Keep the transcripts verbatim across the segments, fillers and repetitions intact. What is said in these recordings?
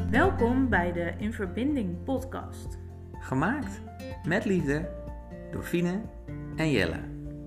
Welkom bij de In Verbinding podcast. Gemaakt met liefde door Fine en Jelle.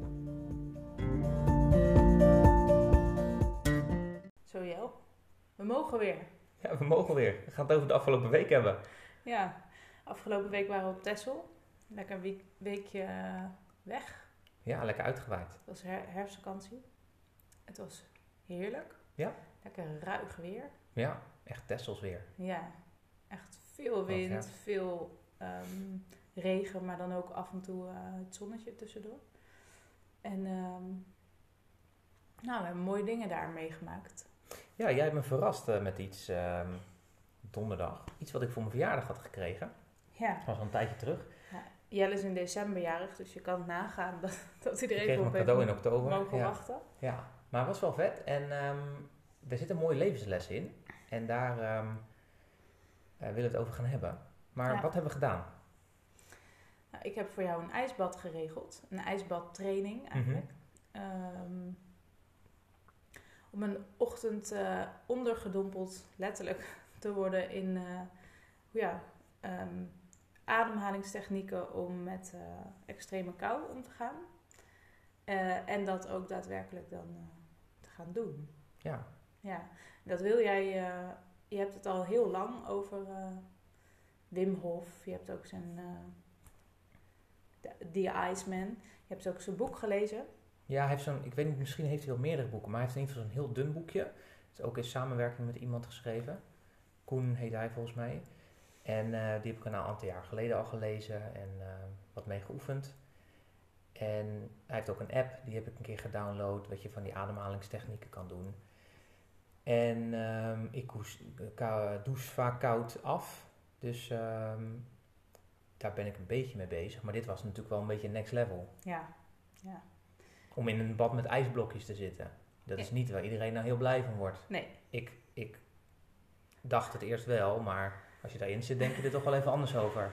Zo Jel, we mogen weer. Ja, we mogen weer. We gaan het over de afgelopen week hebben. Ja, afgelopen week waren we op Texel. Lekker een week, weekje weg. Ja, lekker uitgewaaid. Het was her- herfstvakantie. Het was heerlijk. Ja. Lekker ruig weer. Ja, echt Texels weer. Ja, echt veel wind, ja. veel um, regen, maar dan ook af en toe uh, het zonnetje tussendoor. En um, nou, we hebben mooie dingen daar meegemaakt. Ja, jij hebt me verrast uh, met iets um, donderdag. Iets wat ik voor mijn verjaardag had gekregen. Ja. Dat was al een tijdje terug. Ja, Jelle is in december jarig, dus je kan nagaan dat, dat hij er Ik kreeg even mijn op cadeau heeft in oktober. mogen Ja. wachten. Ja, maar het was wel vet. En um, er zit een mooie levensles in. En daar um, uh, willen we het over gaan hebben. Maar Ja. wat hebben we gedaan? Nou, ik heb voor jou een ijsbad geregeld. Een ijsbadtraining eigenlijk. Mm-hmm. Um, om een ochtend uh, ondergedompeld, letterlijk, te worden in uh, ja, um, ademhalingstechnieken om met uh, extreme kou om te gaan. Uh, en dat ook daadwerkelijk dan uh, te gaan doen. Ja. Ja, dat wil jij, uh, je hebt het al heel lang over uh, Wim Hof. Je hebt ook zijn uh, The Iceman. Je hebt ook zijn boek gelezen. Ja, hij heeft zo'n, ik weet niet, misschien heeft hij wel meerdere boeken, maar hij heeft in ieder geval zo'n heel dun boekje. Het is ook in samenwerking met iemand geschreven. Koen heet hij volgens mij. En uh, die heb ik een aantal jaar geleden al gelezen en uh, wat mee geoefend. En hij heeft ook een app, die heb ik een keer gedownload, wat je van die ademhalingstechnieken kan doen. En um, ik douche vaak koud af, dus um, daar ben ik een beetje mee bezig. Maar dit was natuurlijk wel een beetje next level. Ja, ja. Om in een bad met ijsblokjes te zitten. Dat is niet waar iedereen nou heel blij van wordt. Nee. Ik, ik dacht het eerst wel, maar als je daarin zit, denk je er toch wel even anders over.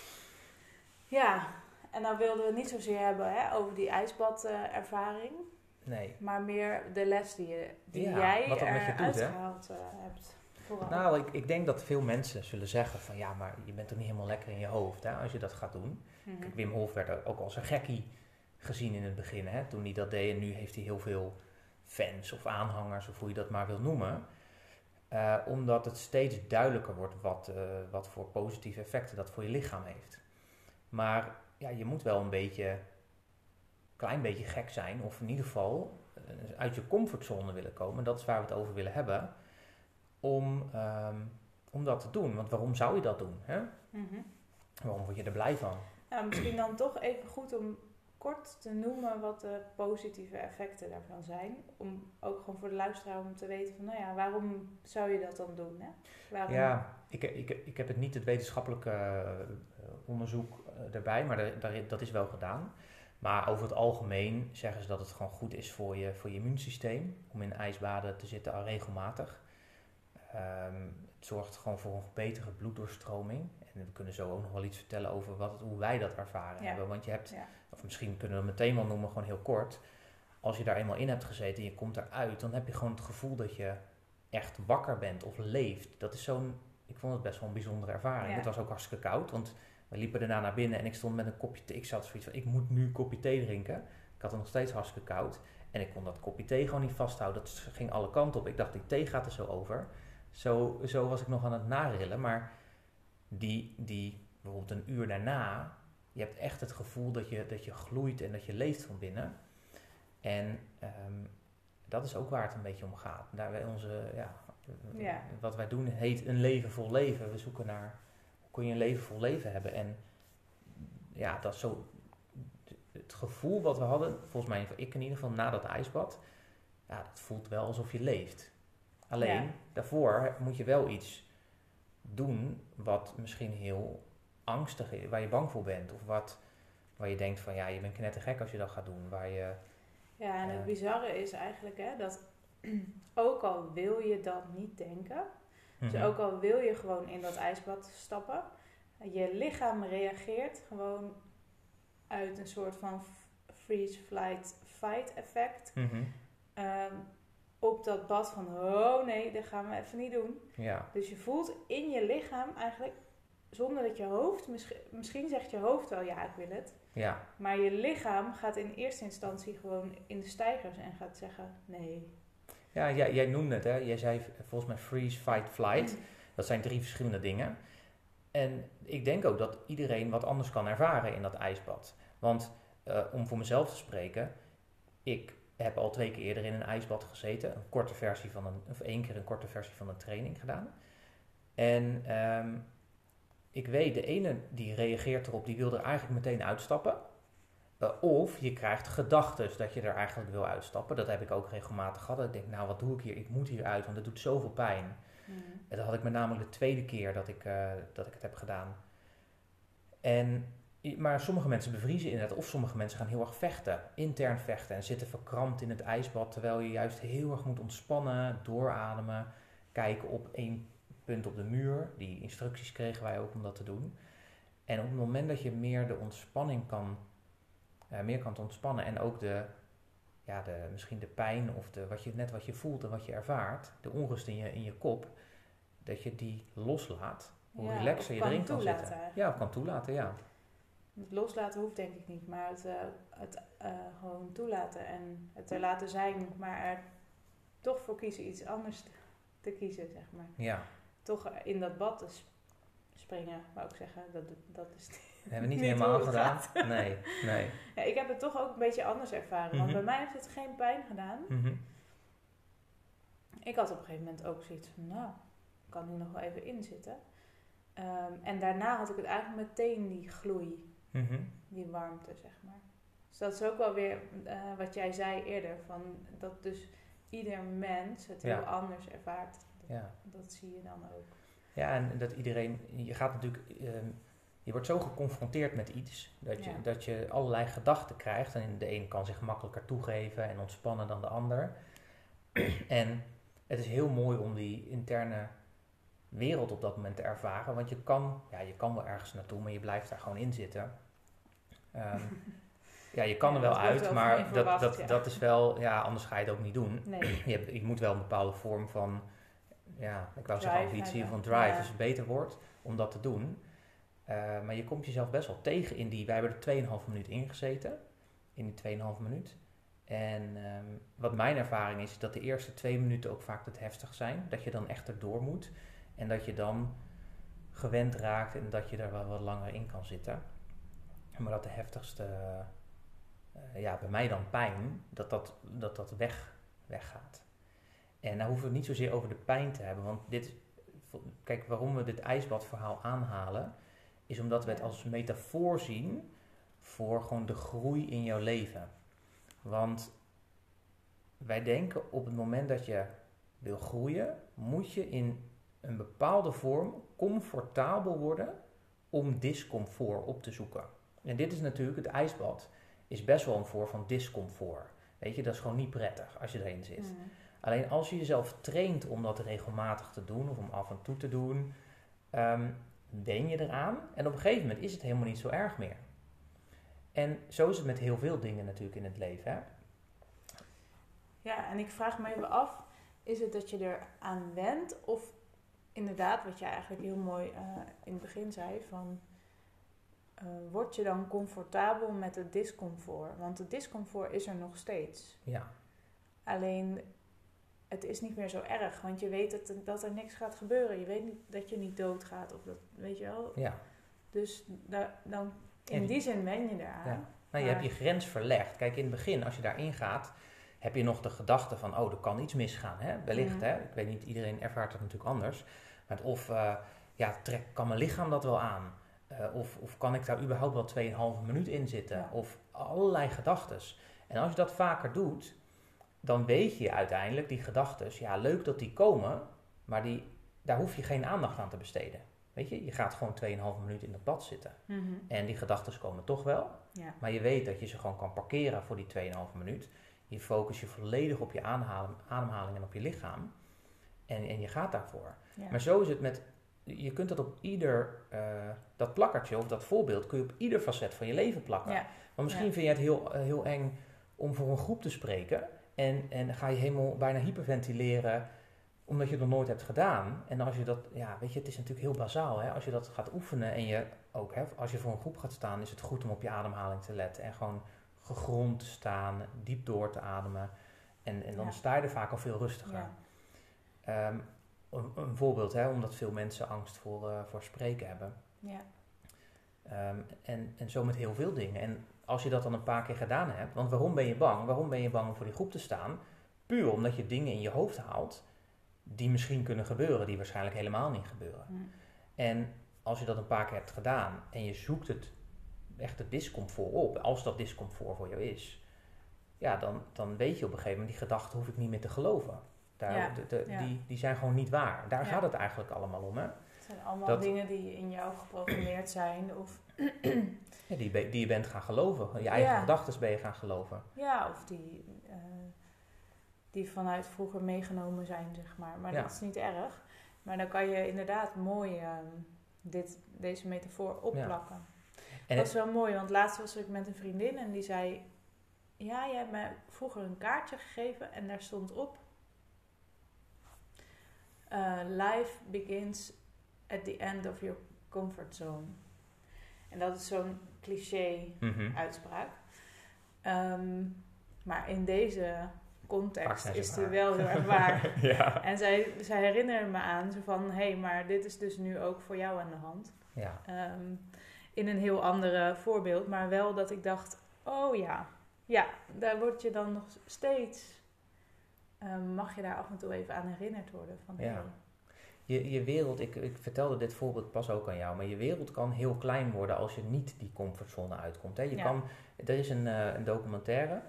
Ja, en nou wilden we het niet zozeer hebben hè, over die ijsbadervaring. Uh, nee. Maar meer de les die, je, die ja, jij wat dat met je doet, uitgehaald uh, hebt. Vooral. Nou, ik, ik denk dat veel mensen zullen zeggen van ja, maar je bent toch niet helemaal lekker in je hoofd hè, als je dat gaat doen. Mm-hmm. Kijk, Wim Hof werd ook als een gekkie gezien in het begin, hè, toen hij dat deed. En nu heeft hij heel veel fans of aanhangers, of hoe je dat maar wil noemen. Uh, omdat het steeds duidelijker wordt wat, uh, wat voor positieve effecten dat voor je lichaam heeft. Maar ja, je moet wel een beetje, klein beetje gek zijn, of in ieder geval uh, uit je comfortzone willen komen. Dat is waar we het over willen hebben. Om, um, om dat te doen. Want waarom zou je dat doen? Hè? Mm-hmm. Waarom word je er blij van? Nou, misschien dan toch even goed om kort te noemen wat de positieve effecten daarvan zijn. Om ook gewoon voor de luisteraar om te weten van, nou ja, waarom zou je dat dan doen? Hè? Waarom... Ja, ik, ik, ik heb het niet het wetenschappelijke uh, onderzoek uh, erbij, maar daar, daar, dat is wel gedaan. Maar over het algemeen zeggen ze dat het gewoon goed is voor je, voor je immuunsysteem. Om in ijsbaden te zitten al regelmatig. Um, het zorgt gewoon voor een betere bloeddoorstroming. En we kunnen zo ook nog wel iets vertellen over wat, hoe wij dat ervaren ja. hebben. Want je hebt, ja. of misschien kunnen we het meteen wel noemen, gewoon heel kort. Als je daar eenmaal in hebt gezeten en je komt eruit, dan heb je gewoon het gevoel dat je echt wakker bent of leeft. Dat is zo'n, ik vond het best wel een bijzondere ervaring. Ja. Het was ook hartstikke koud, want we liepen daarna naar binnen en ik stond met een kopje thee. Ik zat zoiets van, ik moet nu een kopje thee drinken. Ik had het nog steeds hartstikke koud. En ik kon dat kopje thee gewoon niet vasthouden. Dat ging alle kanten op. Ik dacht, die thee gaat er zo over. Zo, zo was ik nog aan het narillen, maar die, die bijvoorbeeld een uur daarna, je hebt echt het gevoel dat je, dat je gloeit en dat je leeft van binnen. En um, dat is ook waar het een beetje om gaat. Daar wij onze, ja, ja. Wat wij doen heet een leven vol leven. We zoeken naar, hoe kun je een leven vol leven hebben? En ja, dat is zo, het gevoel wat we hadden, volgens mij, ik in ieder geval na dat ijsbad, ja, dat voelt wel alsof je leeft. Alleen, ja. daarvoor moet je wel iets doen wat misschien heel angstig is, waar je bang voor bent. Of wat, waar je denkt van, ja, je bent knettergek als je dat gaat doen. Waar je, ja, en het uh, bizarre is eigenlijk hè, dat ook al wil je dat niet denken, mm-hmm. dus ook al wil je gewoon in dat ijsbad stappen, je lichaam reageert gewoon uit een soort van freeze, flight, fight effect. Mm-hmm. Um, op dat bad van, oh nee, dat gaan we even niet doen. Ja. Dus je voelt in je lichaam eigenlijk, zonder dat je hoofd, misschien, misschien zegt je hoofd wel, ja, ik wil het. Ja. Maar je lichaam gaat in eerste instantie gewoon in de stijgers en gaat zeggen, nee. Ja, jij, jij noemde het, hè. Jij zei volgens mij freeze, fight, flight. Dat zijn drie verschillende dingen. En ik denk ook dat iedereen wat anders kan ervaren in dat ijsbad. Want uh, om voor mezelf te spreken, ik heb al twee keer eerder in een ijsbad gezeten. Een korte versie van een, of één keer een korte versie van een training gedaan. En um, ik weet, de ene die reageert erop, die wil er eigenlijk meteen uitstappen. Uh, of je krijgt gedachten dat je er eigenlijk wil uitstappen. Dat heb ik ook regelmatig gehad. Dat ik denk, nou wat doe ik hier? Ik moet hier uit, want het doet zoveel pijn. Mm. En dat had ik met name de tweede keer dat ik, uh, dat ik het heb gedaan. En, maar sommige mensen bevriezen inderdaad, of sommige mensen gaan heel erg vechten, intern vechten en zitten verkrampt in het ijsbad, terwijl je juist heel erg moet ontspannen, doorademen, kijken op één punt op de muur. Die instructies kregen wij ook om dat te doen. En op het moment dat je meer de ontspanning kan, uh, meer kan ontspannen en ook de, ja, de, misschien de pijn of de, wat je, net wat je voelt en wat je ervaart, de onrust in je, in je kop, dat je die loslaat, hoe ja, relaxer je erin kan zitten. Ja, of kan toelaten, ja. Het loslaten hoeft denk ik niet, maar het, uh, het uh, gewoon toelaten en het er laten zijn, maar er toch voor kiezen iets anders te, te kiezen, zeg maar. Ja. Toch in dat bad te springen, wou ik zeggen, dat, dat is dat hebben we niet, niet helemaal gedaan. Gaat. Nee, nee. Ja, ik heb het toch ook een beetje anders ervaren, want mm-hmm. bij mij heeft het geen pijn gedaan. Mm-hmm. Ik had op een gegeven moment ook zoiets van, nou, ik kan hier nog wel even in zitten. Um, en daarna had ik het eigenlijk meteen die gloei, mm-hmm. die warmte, zeg maar. Dus dat is ook wel weer uh, wat jij zei eerder, van dat dus ieder mens het ja. heel anders ervaart. Dat, ja. dat zie je dan ook. Ja, en dat iedereen, je gaat natuurlijk, um, je wordt zo geconfronteerd met iets, dat je, ja. dat je allerlei gedachten krijgt. En de een kan zich makkelijker toegeven en ontspannen dan de ander. En het is heel mooi om die interne wereld op dat moment te ervaren. Want je kan, ja, je kan wel ergens naartoe, maar je blijft daar gewoon in zitten. Um, ja, je kan ja, er wel uit, wel maar dat, verwacht, dat, ja. dat is wel, ja, anders ga je het ook niet doen. Nee. Je, hebt, je moet wel een bepaalde vorm van, ja, ik wou drive, zeggen ambitie, van drive, ja. als het beter wordt, om dat te doen. Uh, maar je komt jezelf best wel tegen in die, wij hebben er twee komma vijf minuut in gezeten, in die twee komma vijf minuut. En um, wat mijn ervaring is, is dat de eerste twee minuten ook vaak het heftig zijn, dat je dan echt erdoor moet. En dat je dan gewend raakt en dat je er wel wat langer in kan zitten. Maar dat de heftigste, uh, ja, bij mij dan pijn, dat dat, dat, dat weg, weggaat. En nou hoeven we het niet zozeer over de pijn te hebben. Want dit, kijk, waarom we dit ijsbadverhaal aanhalen, is omdat we het als metafoor zien voor gewoon de groei in jouw leven. Want wij denken op het moment dat je wil groeien, moet je in een bepaalde vorm comfortabel worden om discomfort op te zoeken. En dit is natuurlijk, het ijsbad is best wel een vorm van discomfort. Weet je, dat is gewoon niet prettig als je erin zit. Mm. Alleen als je jezelf traint om dat regelmatig te doen of om af en toe te doen, um, wen je eraan en op een gegeven moment is het helemaal niet zo erg meer. En zo is het met heel veel dingen natuurlijk in het leven, hè? Ja, en ik vraag me even af, is het dat je er aan went of inderdaad, wat jij eigenlijk heel mooi uh, in het begin zei, van uh, word je dan comfortabel met het discomfort? Want het discomfort is er nog steeds. Ja. Alleen, het is niet meer zo erg, want je weet dat, dat er niks gaat gebeuren. Je weet niet dat je niet doodgaat, of dat, weet je wel? Ja. Dus da, dan, in die zin wen je eraan. Ja. Nou, je maar, hebt je grens verlegd. Kijk, in het begin, als je daarin gaat, heb je nog de gedachte van, oh, er kan iets misgaan, hè? Wellicht, mm. hè? Ik weet niet, iedereen ervaart dat natuurlijk anders. Maar of, uh, ja, trek, kan mijn lichaam dat wel aan? Uh, of, of kan ik daar überhaupt wel twee komma vijf minuut in zitten? Ja. Of allerlei gedachtes. En als je dat vaker doet, dan weet je uiteindelijk, die gedachtes, ja, leuk dat die komen, maar die, daar hoef je geen aandacht aan te besteden. Weet je, je gaat gewoon twee komma vijf minuut in het bad zitten. Mm-hmm. En die gedachtes komen toch wel. Ja. Maar je weet dat je ze gewoon kan parkeren voor die twee komma vijf minuut. Je focus je volledig op je aanhaling, ademhaling en op je lichaam. En, en je gaat daarvoor. Ja. Maar zo is het met, je kunt dat op ieder, uh, dat plakkertje of dat voorbeeld, kun je op ieder facet van je leven plakken. Ja. Want misschien ja. vind je het heel, uh, heel eng om voor een groep te spreken. En, en dan ga je helemaal bijna hyperventileren omdat je het nog nooit hebt gedaan. En als je dat, ja, weet je, het is natuurlijk heel bazaal. Hè? Als je dat gaat oefenen en je ook, hè, als je voor een groep gaat staan, is het goed om op je ademhaling te letten. En gewoon gegrond te staan, diep door te ademen. En, en dan Ja. sta je er vaak al veel rustiger. Ja. Um, een, een voorbeeld, hè, omdat veel mensen angst voor, uh, voor spreken hebben. Ja. Um, en, en zo met heel veel dingen. En als je dat dan een paar keer gedaan hebt, want waarom ben je bang? Waarom ben je bang om voor die groep te staan? Puur omdat je dingen in je hoofd haalt die misschien kunnen gebeuren, die waarschijnlijk helemaal niet gebeuren. Mm. En als je dat een paar keer hebt gedaan en je zoekt het echt het discomfort op, als dat discomfort voor jou is, ja, dan, dan weet je op een gegeven moment, die gedachten hoef ik niet meer te geloven. Daar, Ja, de, de, ja. die, die zijn gewoon niet waar. Daar Ja. gaat het eigenlijk allemaal om, hè? Het zijn allemaal Dat- dingen die in jou geprogrammeerd zijn. Of, Ja, die, be- die je bent gaan geloven. Je eigen Ja. gedachten ben je gaan geloven. ja, of die, eh, die vanuit vroeger meegenomen zijn, zeg maar. Maar Ja. dat is niet erg. Maar dan kan je inderdaad mooi ehm, dit, deze metafoor opplakken. En dat is het- wel mooi, want laatst was ik met een vriendin en die zei... Ja, jij hebt me vroeger een kaartje gegeven en daar stond op... Uh, life begins at the end of your comfort zone. En dat is zo'n cliché Mhm. uitspraak. Ehm, maar in deze context Pakt zij is ze die waar. wel heel erg waar. ja. En zij, zij herinnerde me aan zo van... Hé, hey, maar dit is dus nu ook voor jou aan de hand. ja. Ehm, in een heel andere voorbeeld. Maar wel dat ik dacht... Oh ja, ja, daar word je dan nog steeds... Um, mag je daar af en toe even aan herinnerd worden. Van, Ja. hey, Je, je wereld, ik, ik vertelde dit voorbeeld pas ook aan jou, maar je wereld kan heel klein worden als je niet die comfortzone uitkomt. Hè? Je Ja. kan, er is een, uh, een documentaire,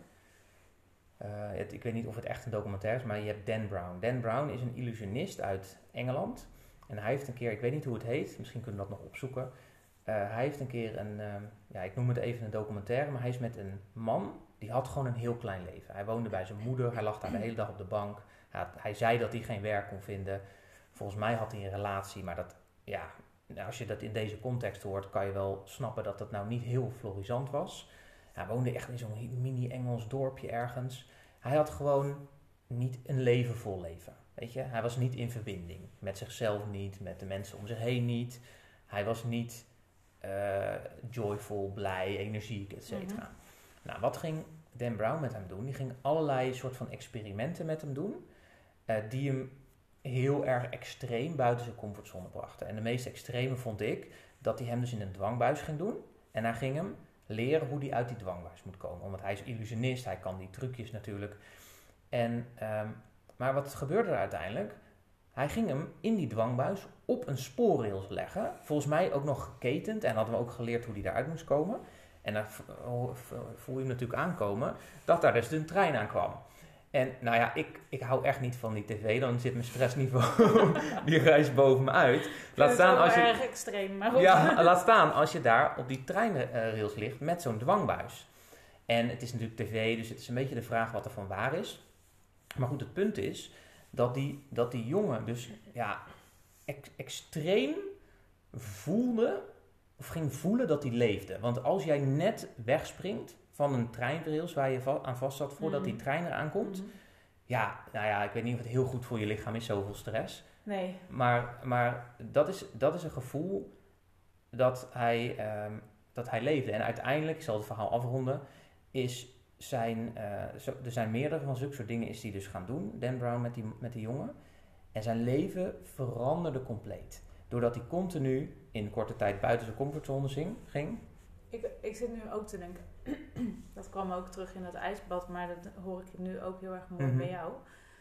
uh, het, ik weet niet of het echt een documentaire is, maar je hebt Dan Brown. Dan Brown is een illusionist uit Engeland en hij heeft een keer, ik weet niet hoe het heet, misschien kunnen we dat nog opzoeken. Uh, hij heeft een keer een, uh, ja, ik noem het even een documentaire, maar hij is met een man, die had gewoon een heel klein leven. Hij woonde bij zijn moeder, hij lag daar de hele dag op de bank. Hij, had, hij zei dat hij geen werk kon vinden. Volgens mij had hij een relatie, maar dat, ja, als je dat in deze context hoort, kan je wel snappen dat dat nou niet heel florisant was. Hij woonde echt in zo'n mini-Engels dorpje ergens. Hij had gewoon niet een leven vol leven, weet je. Hij was niet in verbinding, met zichzelf niet, met de mensen om zich heen niet. Hij was niet uh, joyful, blij, energiek, et cetera. Mm-hmm. Nou, wat ging Dan Brown met hem doen? Die ging allerlei soort van experimenten met hem doen, uh, die hem heel erg extreem buiten zijn comfortzone brachten. En de meest extreme vond ik dat hij hem dus in een dwangbuis ging doen. En hij ging hem leren hoe hij uit die dwangbuis moet komen. Want hij is illusionist, hij kan die trucjes natuurlijk. En, um, maar wat gebeurde er uiteindelijk? Hij ging hem in die dwangbuis op een spoorrails leggen. Volgens mij ook nog geketend. En hadden we ook geleerd hoe hij daaruit moest komen. En dan voel je hem natuurlijk aankomen dat daar dus een trein aan kwam. En nou ja, ik, ik hou echt niet van die tv, dan zit mijn stressniveau, die reist boven me uit. Laat staan als je, erg extreem, maar goed. Ja, laat staan als je daar op die treinrails ligt met zo'n dwangbuis. En het is natuurlijk tv, dus het is een beetje de vraag wat er van waar is. Maar goed, het punt is dat die, dat die jongen dus ja, ex, extreem voelde, of ging voelen dat hij leefde. Want als jij net wegspringt van een treinrails waar je va- aan vast zat voordat mm. die trein eraan komt. Mm-hmm. Ja, nou ja, ik weet niet of het heel goed voor je lichaam is, zoveel stress. Nee. Maar, maar dat, is, dat is een gevoel dat hij, um, dat hij leefde. En uiteindelijk, ik zal het verhaal afronden, is zijn, uh, zo, er zijn meerdere van zulke soort dingen is hij dus gaan doen, Dan Brown met die, met die jongen. En zijn leven veranderde compleet. Doordat hij continu in korte tijd buiten zijn comfortzone zing, ging. Ik, ik zit nu ook te denken, dat kwam ook terug in dat ijsbad, maar dat hoor ik nu ook heel erg mooi mm-hmm. bij jou.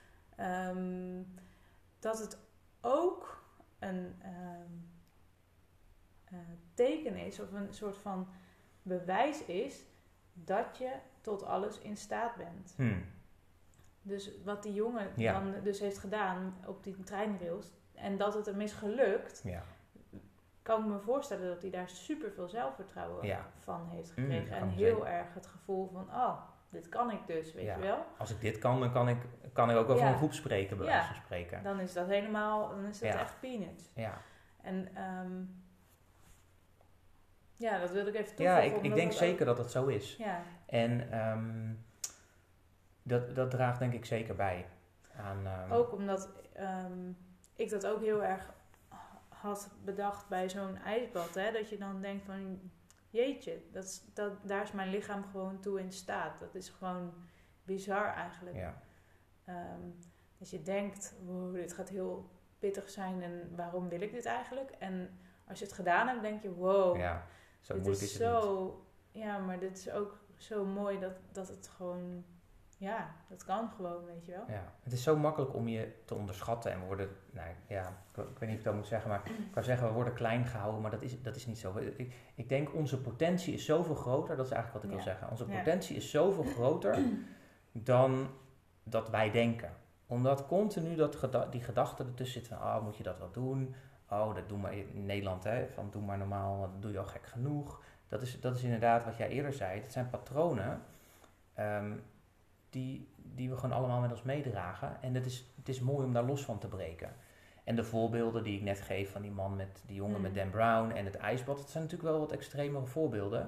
Um, dat het ook een um, uh, teken is, of een soort van bewijs is, dat je tot alles in staat bent. Hmm. Dus wat die jongen ja. dan dus heeft gedaan op die treinrails, en dat het hem is gelukt... Ja. kan ik me voorstellen dat hij daar super veel zelfvertrouwen ja. van heeft gekregen. Mm, en heel zeker. erg het gevoel van, oh, dit kan ik dus, weet ja. je wel. Als ik dit kan, dan kan ik, kan ik ook over ja. een groep spreken, bij wijze van spreken. Dan is dat helemaal, dan is dat ja. echt peanuts. Ja. En um, ja, dat wilde ik even toevoegen. Ja, ik, ik denk zeker ook... dat het zo is. Ja. En um, dat, dat draagt denk ik zeker bij aan... Um, ook omdat um, ik dat ook heel erg had bedacht bij zo'n ijsbad. Hè? Dat je dan denkt van, jeetje, dat, is, dat, daar is mijn lichaam gewoon toe in staat. Dat is gewoon bizar eigenlijk. Ja. Um, dat je denkt, wow, dit gaat heel pittig zijn en waarom wil ik dit eigenlijk? En als je het gedaan hebt, denk je, wow, ja, zo dit moeilijk is, is het zo, niet. ja, maar dit is ook zo mooi dat, dat het gewoon, ja, dat kan gewoon, weet je wel. Ja, het is zo makkelijk om je te onderschatten en we worden, nou ja, ik, ik weet niet of ik dat moet zeggen, maar ik kan zeggen, we worden klein gehouden, maar dat is, dat is niet zo. Ik, ik denk, onze potentie is zoveel groter, dat is eigenlijk wat ik Ja. wil zeggen. Onze Ja. potentie is zoveel groter dan dat wij denken. Omdat continu dat geda- die gedachten ertussen zitten van, oh, moet je dat wel doen? Oh, dat doe maar in Nederland, hè, van doe maar normaal, dat doe je al gek genoeg. Dat is, dat is inderdaad wat jij eerder zei. Het zijn patronen um, die, die we gewoon allemaal met ons meedragen. En het is, het is mooi om daar los van te breken. En de voorbeelden die ik net geef van die man met die jongen Mm. met Dan Brown en het ijsbad, dat zijn natuurlijk wel wat extremere voorbeelden.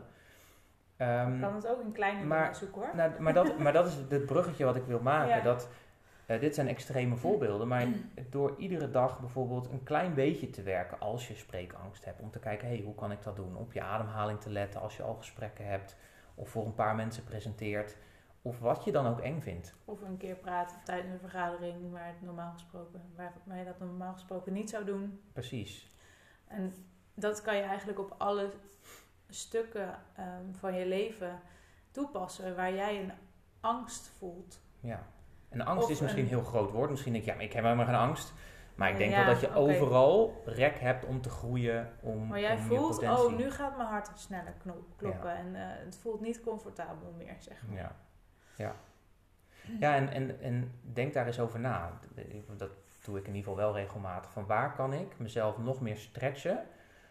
Um, Ik kan het ook in kleine maar, dingen zoeken hoor. nou, maar, dat, maar dat is het bruggetje wat ik wil maken. Ja. Dat, uh, dit zijn extreme voorbeelden, maar door iedere dag bijvoorbeeld een klein beetje te werken als je spreekangst hebt. Om te kijken, hey, hoe kan ik dat doen? Op je ademhaling te letten als je al gesprekken hebt. Of voor een paar mensen presenteert. Of wat je dan ook eng vindt. Of een keer praten tijdens een vergadering waar, het normaal gesproken, waar, waar je dat normaal gesproken niet zou doen. Precies. En dat kan je eigenlijk op alle stukken um, van je leven toepassen waar jij een angst voelt. Ja. En de angst Of is misschien een een heel groot woord. Misschien denk je, ja, maar ik heb helemaal geen angst. Maar ik denk ja, wel dat je oké. overal rek hebt om te groeien. Om, Maar jij om je voelt, potentie. oh, nu gaat mijn hart sneller kno- kloppen. Ja. En uh, het voelt niet comfortabel meer, zeg maar. Ja, ja. ja en, en, en denk daar eens over na. Dat doe ik in ieder geval wel regelmatig. Van waar kan ik mezelf nog meer stretchen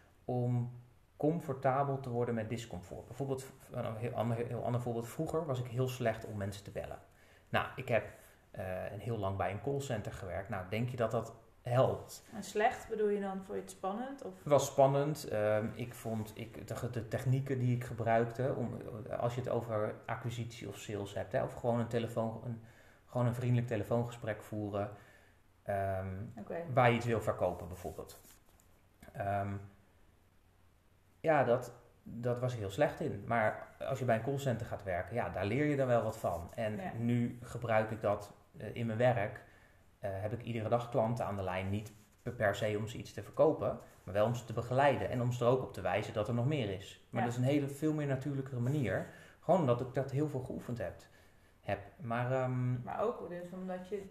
om comfortabel te worden met discomfort. Bijvoorbeeld, een heel ander, heel ander voorbeeld. Vroeger was ik heel slecht om mensen te bellen. Nou, ik heb uh, een heel lang bij een callcenter gewerkt. Nou, denk je dat dat helpt? En slecht bedoel je dan, vond je het spannend? Of? Het was spannend. Uh, ik vond ik, de, de technieken die ik gebruikte, om, als je het over acquisitie of sales hebt, hè, of gewoon een, telefoon, een, gewoon een vriendelijk telefoongesprek voeren, um, okay. waar je iets wil verkopen bijvoorbeeld. Um, ja, dat, dat was ik heel slecht in. Maar als je bij een callcenter gaat werken, ja, daar leer je dan wel wat van. En ja. nu gebruik ik dat uh, in mijn werk. Uh, heb ik iedere dag klanten aan de lijn, niet per se om ze iets te verkopen, maar wel om ze te begeleiden en om ze er ook op te wijzen dat er nog meer is. Maar ja. dat is een hele veel meer natuurlijkere manier. Gewoon omdat ik dat heel veel geoefend heb. heb. Maar, um, maar ook dus omdat je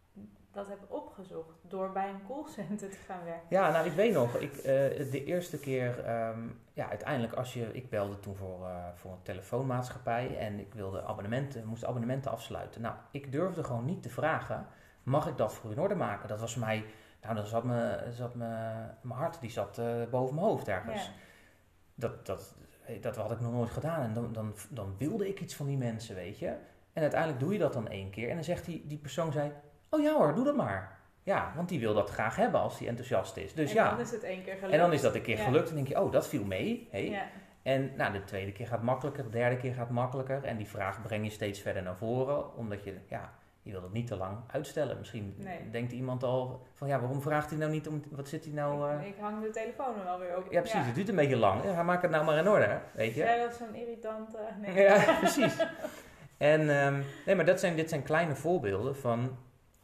dat hebt opgezocht door bij een callcenter te gaan werken. Ja, nou ik weet nog, ik, uh, de eerste keer, um, ja uiteindelijk als je, ik belde toen voor, uh, voor een telefoonmaatschappij en ik wilde abonnementen, moest abonnementen afsluiten. Nou, ik durfde gewoon niet te vragen, mag ik dat voor in orde maken? Dat was voor mij, nou dan zat mijn zat mijn hart, die zat uh, boven mijn hoofd ergens. Ja. Dat, dat, dat had ik nog nooit gedaan en dan, dan, dan wilde ik iets van die mensen, weet je. En uiteindelijk doe je dat dan één keer en dan zegt die, die persoon, zei, oh ja hoor, doe dat maar. Ja, want die wil dat graag hebben als die enthousiast is. Dus en ja. dan is het één keer gelukt. En dan is dat een keer ja. gelukt en denk je, oh, dat viel mee. Hey. Ja. En nou, de tweede keer gaat makkelijker, de derde keer gaat makkelijker. En die vraag breng je steeds verder naar voren, omdat je, ja, je wil het niet te lang uitstellen. Misschien nee. denkt iemand al van, ja, waarom vraagt hij nou niet om, wat zit hij nou... Uh... Ik, ik hang de telefoon er wel weer op. Ja, precies, ja. het duurt een beetje lang. Ja, maak het nou maar in orde, weet je. Ja, dat is zo'n irritante... Nee. Ja, precies. En, um, nee, maar dat zijn, dit zijn kleine voorbeelden van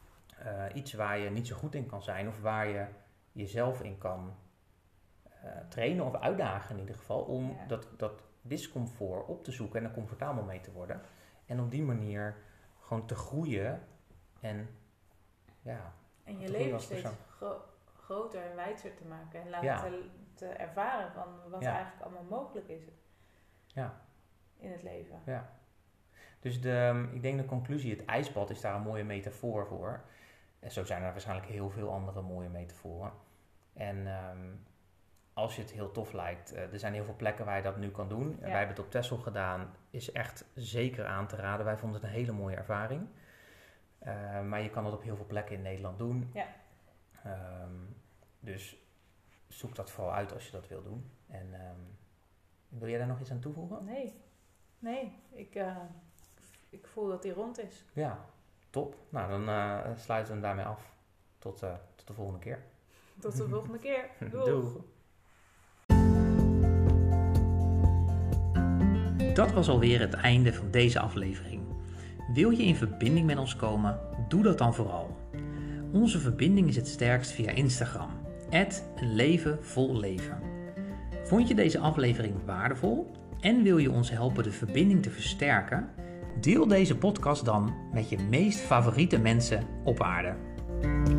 uh, iets waar je niet zo goed in kan zijn of waar je jezelf in kan uh, trainen of uitdagen in ieder geval om ja. dat, dat discomfort op te zoeken en er comfortabel mee te worden. En op die manier gewoon te groeien en ja. En je leven steeds gro- groter en wijzer te maken en laten ja. te, te ervaren van wat ja. eigenlijk allemaal mogelijk is ja. in het leven. Ja. Dus de, ik denk de conclusie, het ijsbad is daar een mooie metafoor voor. En zo zijn er waarschijnlijk heel veel andere mooie metaforen. En um, als je het heel tof lijkt, uh, er zijn heel veel plekken waar je dat nu kan doen. Ja. Wij hebben het op Texel gedaan, is echt zeker aan te raden. Wij vonden het een hele mooie ervaring. Uh, maar je kan het op heel veel plekken in Nederland doen. Ja. Um, dus zoek dat vooral uit als je dat wil doen. En um, wil jij daar nog iets aan toevoegen? Nee, nee. Ik... Uh... ik voel dat die rond is. Ja, top. Nou, dan uh, sluiten we hem daarmee af. Tot, uh, tot de volgende keer. Tot de volgende keer. Doeg. Doeg. Dat was alweer het einde van deze aflevering. Wil je in verbinding met ons komen? Doe dat dan vooral. Onze verbinding is het sterkst via Instagram. at een leven vol leven. Vond je deze aflevering waardevol? En wil je ons helpen de verbinding te versterken? Deel deze podcast dan met je meest favoriete mensen op aarde.